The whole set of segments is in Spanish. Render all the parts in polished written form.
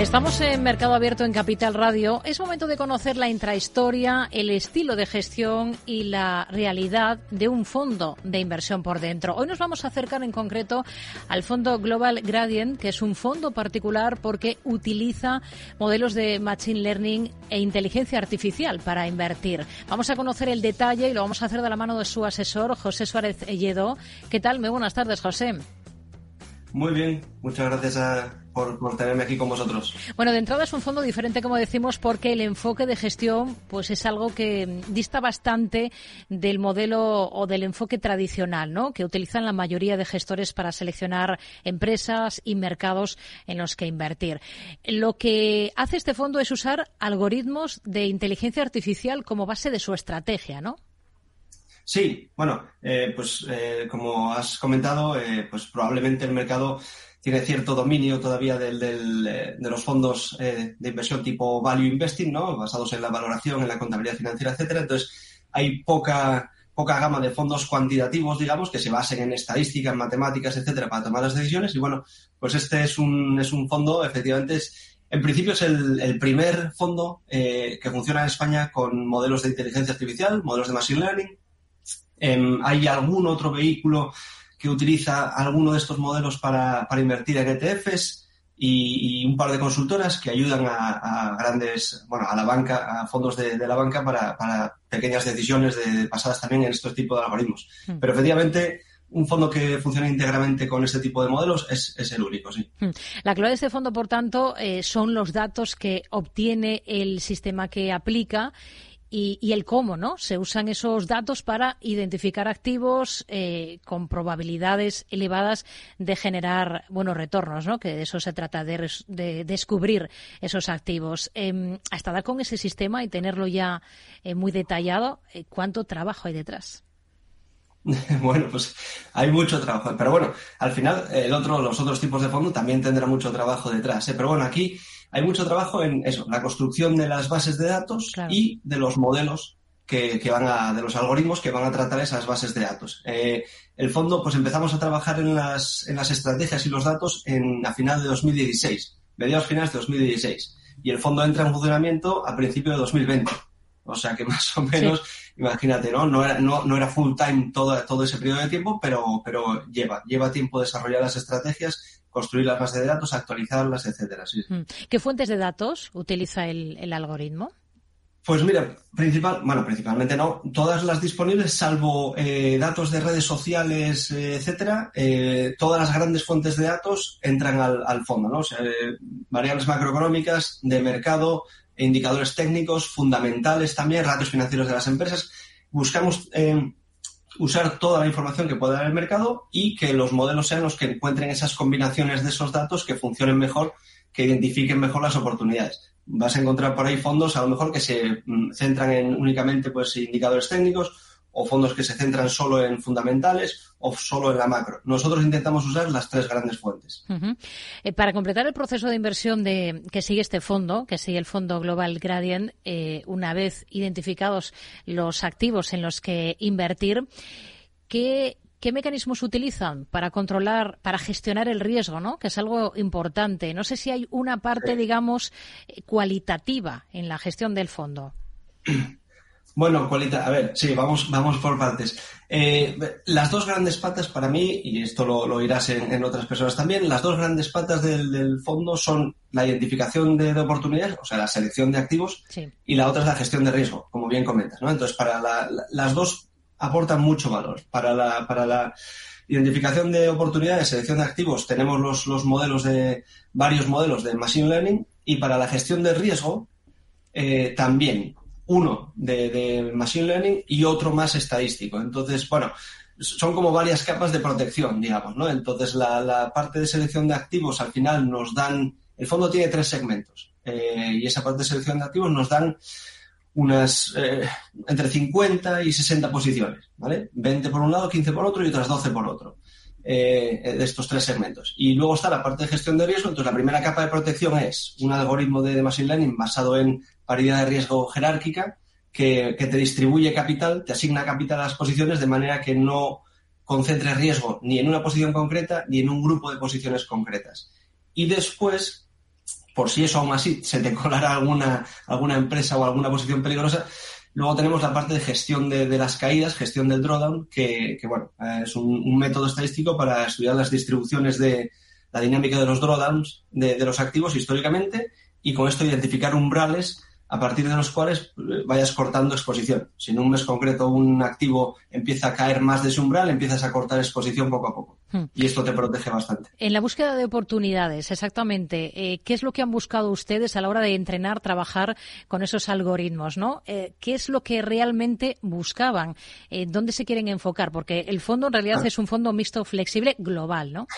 Estamos en Mercado Abierto en Capital Radio. Es momento de conocer la intrahistoria, el estilo de gestión y la realidad de un fondo de inversión por dentro. Hoy nos vamos a acercar en concreto al fondo Global Gradient, que es un fondo particular porque utiliza modelos de Machine Learning e inteligencia artificial para invertir. Vamos a conocer el detalle y lo vamos a hacer de la mano de su asesor, José Suárez Lledó. ¿Qué tal? Muy buenas tardes, José. Muy bien, muchas gracias por tenerme aquí con vosotros. Bueno, de entrada es un fondo diferente, como decimos, porque el enfoque de gestión pues es algo que dista bastante del modelo o del enfoque tradicional, ¿no?, que utilizan la mayoría de gestores para seleccionar empresas y mercados en los que invertir. Lo que hace este fondo es usar algoritmos de inteligencia artificial como base de su estrategia, ¿no? Sí, bueno, como has comentado, pues probablemente el mercado tiene cierto dominio todavía de los fondos de inversión tipo value investing, ¿no?, basados en la valoración, en la contabilidad financiera, etcétera. Entonces, hay poca gama de fondos cuantitativos, digamos, que se basen en estadística, en matemáticas, etcétera, para tomar las decisiones. Y bueno, pues este es un fondo, efectivamente, en principio es el primer fondo que funciona en España con modelos de inteligencia artificial, modelos de machine learning. Hay algún otro vehículo que utiliza alguno de estos modelos para invertir en ETFs y un par de consultoras que ayudan a grandes, a la banca, a fondos de la banca para pequeñas decisiones basadas también en estos tipos de algoritmos. Pero efectivamente, un fondo que funciona íntegramente con este tipo de modelos es el único, sí. La clave de este fondo, por tanto, son los datos que obtiene el sistema que aplica y el cómo, ¿no? Se usan esos datos para identificar activos con probabilidades elevadas de generar buenos retornos, ¿no? Que de eso se trata, de descubrir esos activos. Hasta dar con ese sistema y tenerlo ya muy detallado, ¿cuánto trabajo hay detrás? Bueno, pues hay mucho trabajo. Pero bueno, al final los otros tipos de fondo también tendrán mucho trabajo detrás, ¿eh? Pero bueno, aquí hay mucho trabajo en eso, la construcción de las bases de datos, claro, y de los modelos de los algoritmos que van a tratar esas bases de datos. El fondo, pues empezamos a trabajar en las estrategias y los datos a final de 2016, mediados finales de 2016. Y el fondo entra en funcionamiento a principio de 2020. O sea que más o menos, sí, imagínate, ¿no? No era full time todo ese periodo de tiempo, pero lleva tiempo desarrollar las estrategias, construir las bases de datos, actualizarlas, etcétera. Sí. ¿Qué fuentes de datos utiliza el algoritmo? Pues mira, principalmente no, todas las disponibles, salvo datos de redes sociales, etcétera, todas las grandes fuentes de datos entran al fondo, ¿no? O sea, variables macroeconómicas, de mercado, indicadores técnicos, fundamentales también, ratios financieros de las empresas. Buscamos usar toda la información que pueda dar el mercado y que los modelos sean los que encuentren esas combinaciones de esos datos que funcionen mejor, que identifiquen mejor las oportunidades. Vas a encontrar por ahí fondos a lo mejor que se centran en únicamente pues indicadores técnicos, o fondos que se centran solo en fundamentales o solo en la macro. Nosotros intentamos usar las tres grandes fuentes. Para completar el proceso de inversión que sigue este fondo, que sigue el fondo Global Gradient, una vez identificados los activos en los que invertir, ¿qué mecanismos utilizan para controlar, para gestionar el riesgo, ¿no?, que es algo importante? No sé si hay una parte, digamos, cualitativa en la gestión del fondo. Bueno, a ver, sí, vamos por partes. Las dos grandes patas para mí, y esto lo oirás en otras personas también, las dos grandes patas del fondo son la identificación de oportunidades, o sea, la selección de activos, sí, y la otra es la gestión de riesgo, como bien comentas, ¿no? Entonces, para las dos aportan mucho valor. Para la identificación de oportunidades, selección de activos, tenemos varios modelos de Machine Learning, y para la gestión de riesgo, también uno de Machine Learning y otro más estadístico. Entonces, bueno, son como varias capas de protección, digamos, ¿no? Entonces, la parte de selección de activos, al final el fondo tiene 3 segmentos, y esa parte de selección de activos nos dan unas entre 50 y 60 posiciones, ¿vale? 20 por un lado, 15 por otro y otras 12 por otro, de estos 3 segmentos. Y luego está la parte de gestión de riesgo. Entonces, la primera capa de protección es un algoritmo de Machine Learning basado en paridad de riesgo jerárquica que te distribuye capital, te asigna capital a las posiciones de manera que no concentres riesgo ni en una posición concreta ni en un grupo de posiciones concretas. Y después por si eso aún así se te colara alguna empresa o alguna posición peligrosa. Luego tenemos la parte de gestión de las caídas, gestión del drawdown, que bueno, es un método estadístico para estudiar las distribuciones de la dinámica de los drawdowns de los activos históricamente, y con esto identificar umbrales a partir de los cuales vayas cortando exposición. Si en un mes concreto un activo empieza a caer más de ese umbral, empiezas a cortar exposición poco a poco. Y esto te protege bastante. En la búsqueda de oportunidades, exactamente, ¿qué es lo que han buscado ustedes a la hora de entrenar, trabajar con esos algoritmos, ¿no? ¿Qué es lo que realmente buscaban? ¿Dónde se quieren enfocar? Porque el fondo en realidad es un fondo mixto flexible global, ¿no?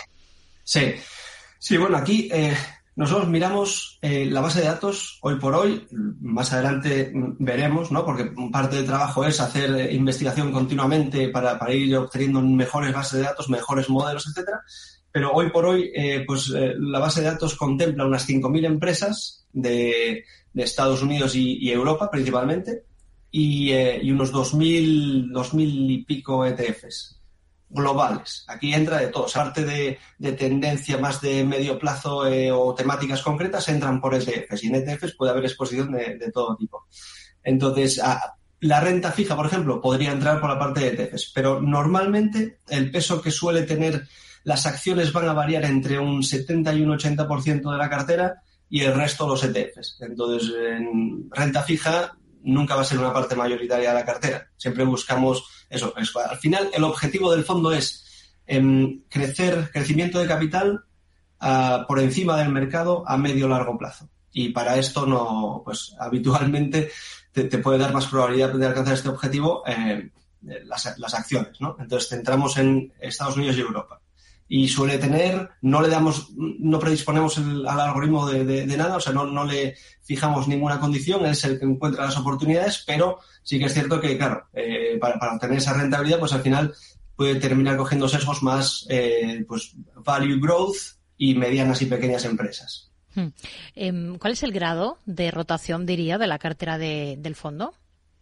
Sí, bueno, aquí nosotros miramos la base de datos hoy por hoy. Más adelante veremos, ¿no? Porque parte del trabajo es hacer investigación continuamente para ir obteniendo mejores bases de datos, mejores modelos, etcétera. Pero hoy por hoy, la base de datos contempla unas 5.000 empresas de Estados Unidos y Europa principalmente, y unos 2.000 y pico ETFs globales. Aquí entra de todo. Aparte de tendencia más de medio plazo o temáticas concretas, entran por ETFs. Y en ETFs puede haber exposición de todo tipo. Entonces, la renta fija, por ejemplo, podría entrar por la parte de ETFs. Pero normalmente el peso que suele tener las acciones van a variar entre un 70 y un 80% de la cartera, y el resto los ETFs. Entonces, en renta fija nunca va a ser una parte mayoritaria de la cartera. Siempre buscamos eso. Al final, el objetivo del fondo es crecimiento de capital por encima del mercado a medio largo plazo. Y para esto pues habitualmente te puede dar más probabilidad de alcanzar este objetivo las acciones, ¿no? Entonces centramos en Estados Unidos y Europa. Y suele tener, no predisponemos al algoritmo de nada, o sea, no le fijamos ninguna condición, es el que encuentra las oportunidades, pero sí que es cierto que, claro, para obtener esa rentabilidad, pues al final puede terminar cogiendo sesgos más, pues, value growth y medianas y pequeñas empresas. ¿Cuál es el grado de rotación, diría, de la cartera del fondo?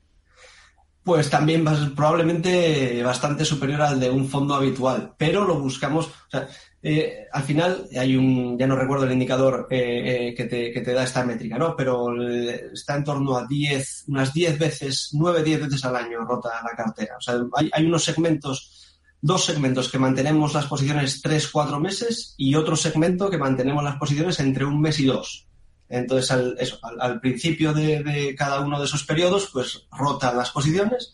Pues también probablemente bastante superior al de un fondo habitual, pero lo buscamos, o sea, al final hay ya no recuerdo el indicador que te da esta métrica, ¿no? Pero está en torno a 9-10 veces al año rota la cartera. O sea, hay dos segmentos que mantenemos las posiciones 3-4 meses, y otro segmento que mantenemos las posiciones entre 1 mes y 2. Entonces, al principio de cada uno de esos periodos, pues rotan las posiciones,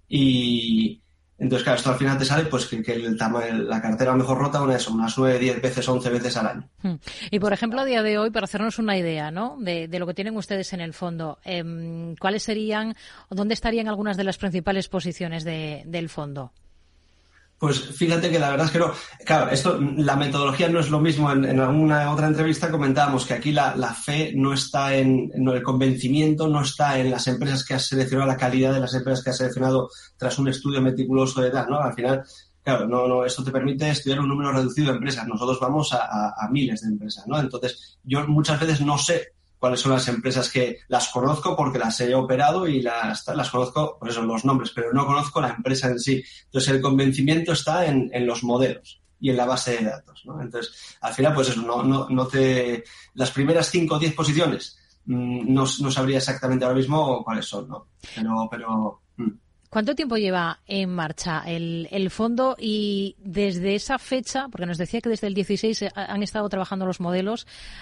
y entonces, claro, esto al final te sale pues que la cartera mejor rota unas 9, 10 veces, 11 veces al año. Y, por ejemplo, a día de hoy, para hacernos una idea, ¿no?, de lo que tienen ustedes en el fondo, ¿cuáles serían o dónde estarían algunas de las principales posiciones del fondo? Pues fíjate que la verdad es que no. Claro, la metodología no es lo mismo. En alguna otra entrevista comentábamos que aquí la fe no está el convencimiento no está en las empresas que has seleccionado, la calidad de las empresas que has seleccionado tras un estudio meticuloso de tal, ¿no? Al final, claro, esto te permite estudiar un número reducido de empresas. Nosotros vamos a miles de empresas, ¿no? Entonces, yo muchas veces no sé cuáles son las empresas que las conozco porque las he operado y las conozco, pues eso, los nombres, pero no conozco la empresa en sí. Entonces, el convencimiento está en los modelos y en la base de datos, ¿no? Entonces, al final, pues eso, las primeras 5 o 10 posiciones no sabría exactamente ahora mismo cuáles son, ¿no? Pero ¿Cuánto tiempo lleva en marcha el fondo? Y desde esa fecha, porque nos decía que desde el 16 han estado trabajando los modelos,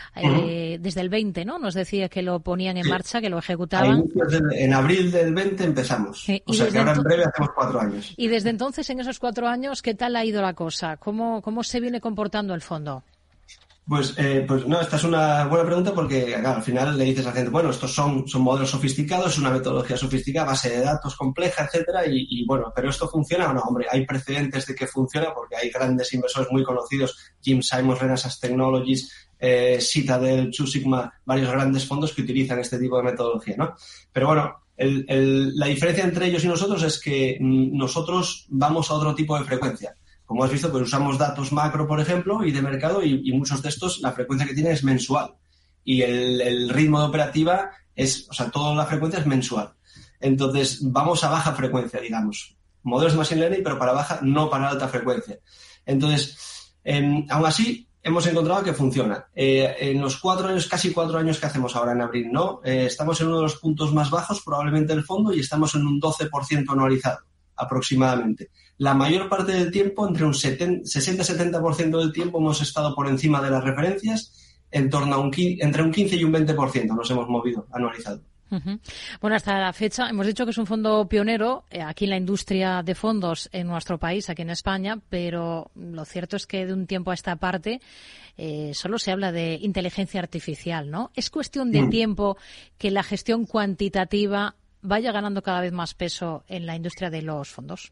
desde el 20, ¿no? Nos decía que lo ponían en marcha, que lo ejecutaban. En abril del 20 empezamos. O sea que ahora en breve hacemos 4 años. Y desde entonces, en esos 4 años, ¿qué tal ha ido la cosa? ¿Cómo se viene comportando el fondo? Pues no, esta es una buena pregunta porque, claro, al final le dices a la gente, bueno, estos son modelos sofisticados, es una metodología sofisticada, base de datos compleja, etcétera, y bueno, ¿pero esto funciona o no? Hombre, hay precedentes de que funciona porque hay grandes inversores muy conocidos, Jim Simons, Renaissance Technologies, Citadel, Two Sigma, varios grandes fondos que utilizan este tipo de metodología, ¿no? Pero bueno, la diferencia entre ellos y nosotros es que nosotros vamos a otro tipo de frecuencia. Como has visto, pues usamos datos macro, por ejemplo, y de mercado, y muchos de estos, la frecuencia que tienen es mensual. Y el ritmo de operativa toda la frecuencia es mensual. Entonces, vamos a baja frecuencia, digamos. Modelos de Machine Learning, pero para baja, no para alta frecuencia. Entonces, aún así, hemos encontrado que funciona. En los casi 4 años que hacemos ahora en abril, ¿no? Estamos en uno de los puntos más bajos probablemente del fondo y estamos en un 12% anualizado aproximadamente. La mayor parte del tiempo, entre un 60-70% del tiempo, hemos estado por encima de las referencias, en torno a entre un 15 y un 20% nos hemos movido anualizado. Uh-huh. Bueno, hasta la fecha hemos dicho que es un fondo pionero aquí en la industria de fondos en nuestro país, aquí en España, pero lo cierto es que de un tiempo a esta parte solo se habla de inteligencia artificial, ¿no? ¿Es cuestión de tiempo que la gestión cuantitativa vaya ganando cada vez más peso en la industria de los fondos?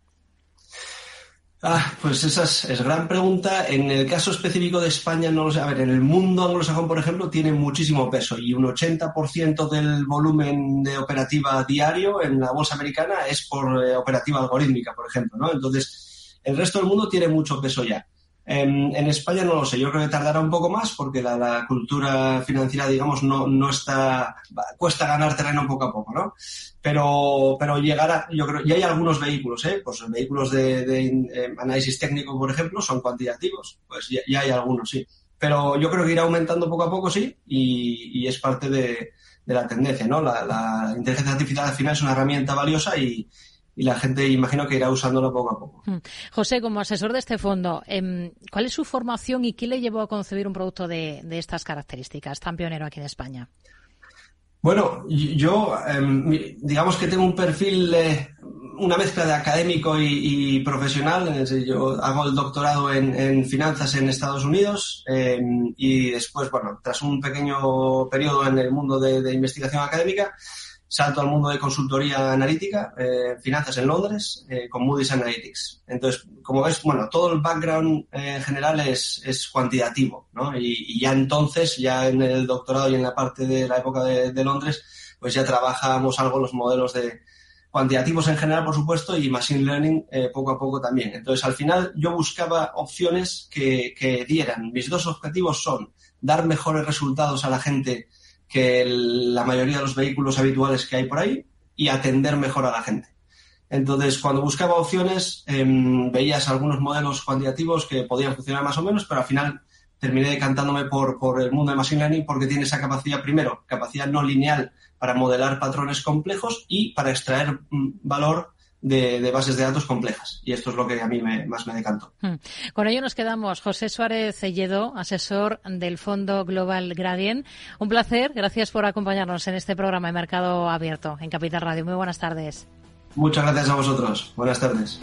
Pues esa es gran pregunta. En el caso específico de España, no lo sé. A ver, en el mundo anglosajón, por ejemplo, tiene muchísimo peso y un 80% del volumen de operativa diario en la bolsa americana es por operativa algorítmica, por ejemplo, ¿no? Entonces, el resto del mundo tiene mucho peso ya. En España no lo sé, yo creo que tardará un poco más porque la cultura financiera, digamos, no está, cuesta ganar terreno poco a poco, ¿no? Pero llegará, yo creo, y hay algunos vehículos, pues vehículos de análisis técnico, por ejemplo, son cuantitativos, pues ya hay algunos, sí. Pero yo creo que irá aumentando poco a poco, sí, y es parte de la tendencia, ¿no? La inteligencia artificial al final es una herramienta valiosa y la gente imagino que irá usándolo poco a poco. José, como asesor de este fondo, ¿cuál es su formación y qué le llevó a concebir un producto de estas características tan pionero aquí en España? Bueno, yo digamos que tengo un perfil, una mezcla de académico y profesional. Yo hago el doctorado en finanzas en Estados Unidos y después, bueno, tras un pequeño periodo en el mundo de investigación académica, salto al mundo de consultoría analítica, finanzas en Londres, con Moody's Analytics. Entonces, como ves, bueno, todo el background en general es cuantitativo, ¿no? Y ya entonces, ya en el doctorado y en la parte de la época de Londres, pues ya trabajábamos algo los modelos de cuantitativos en general, por supuesto, y machine learning poco a poco también. Entonces, al final, yo buscaba opciones que dieran. Mis dos objetivos son dar mejores resultados a la gente que la mayoría de los vehículos habituales que hay por ahí y atender mejor a la gente. Entonces, cuando buscaba opciones, veías algunos modelos cuantitativos que podían funcionar más o menos, pero al final terminé decantándome por el mundo de Machine Learning porque tiene esa capacidad, primero, capacidad no lineal para modelar patrones complejos y para extraer valor de bases de datos complejas. Y esto es lo que a mí más me decantó. Con ello nos quedamos. José Suárez Lledó, asesor del Fondo Global Gradient. Un placer. Gracias por acompañarnos en este programa de Mercado Abierto en Capital Radio. Muy buenas tardes. Muchas gracias a vosotros. Buenas tardes.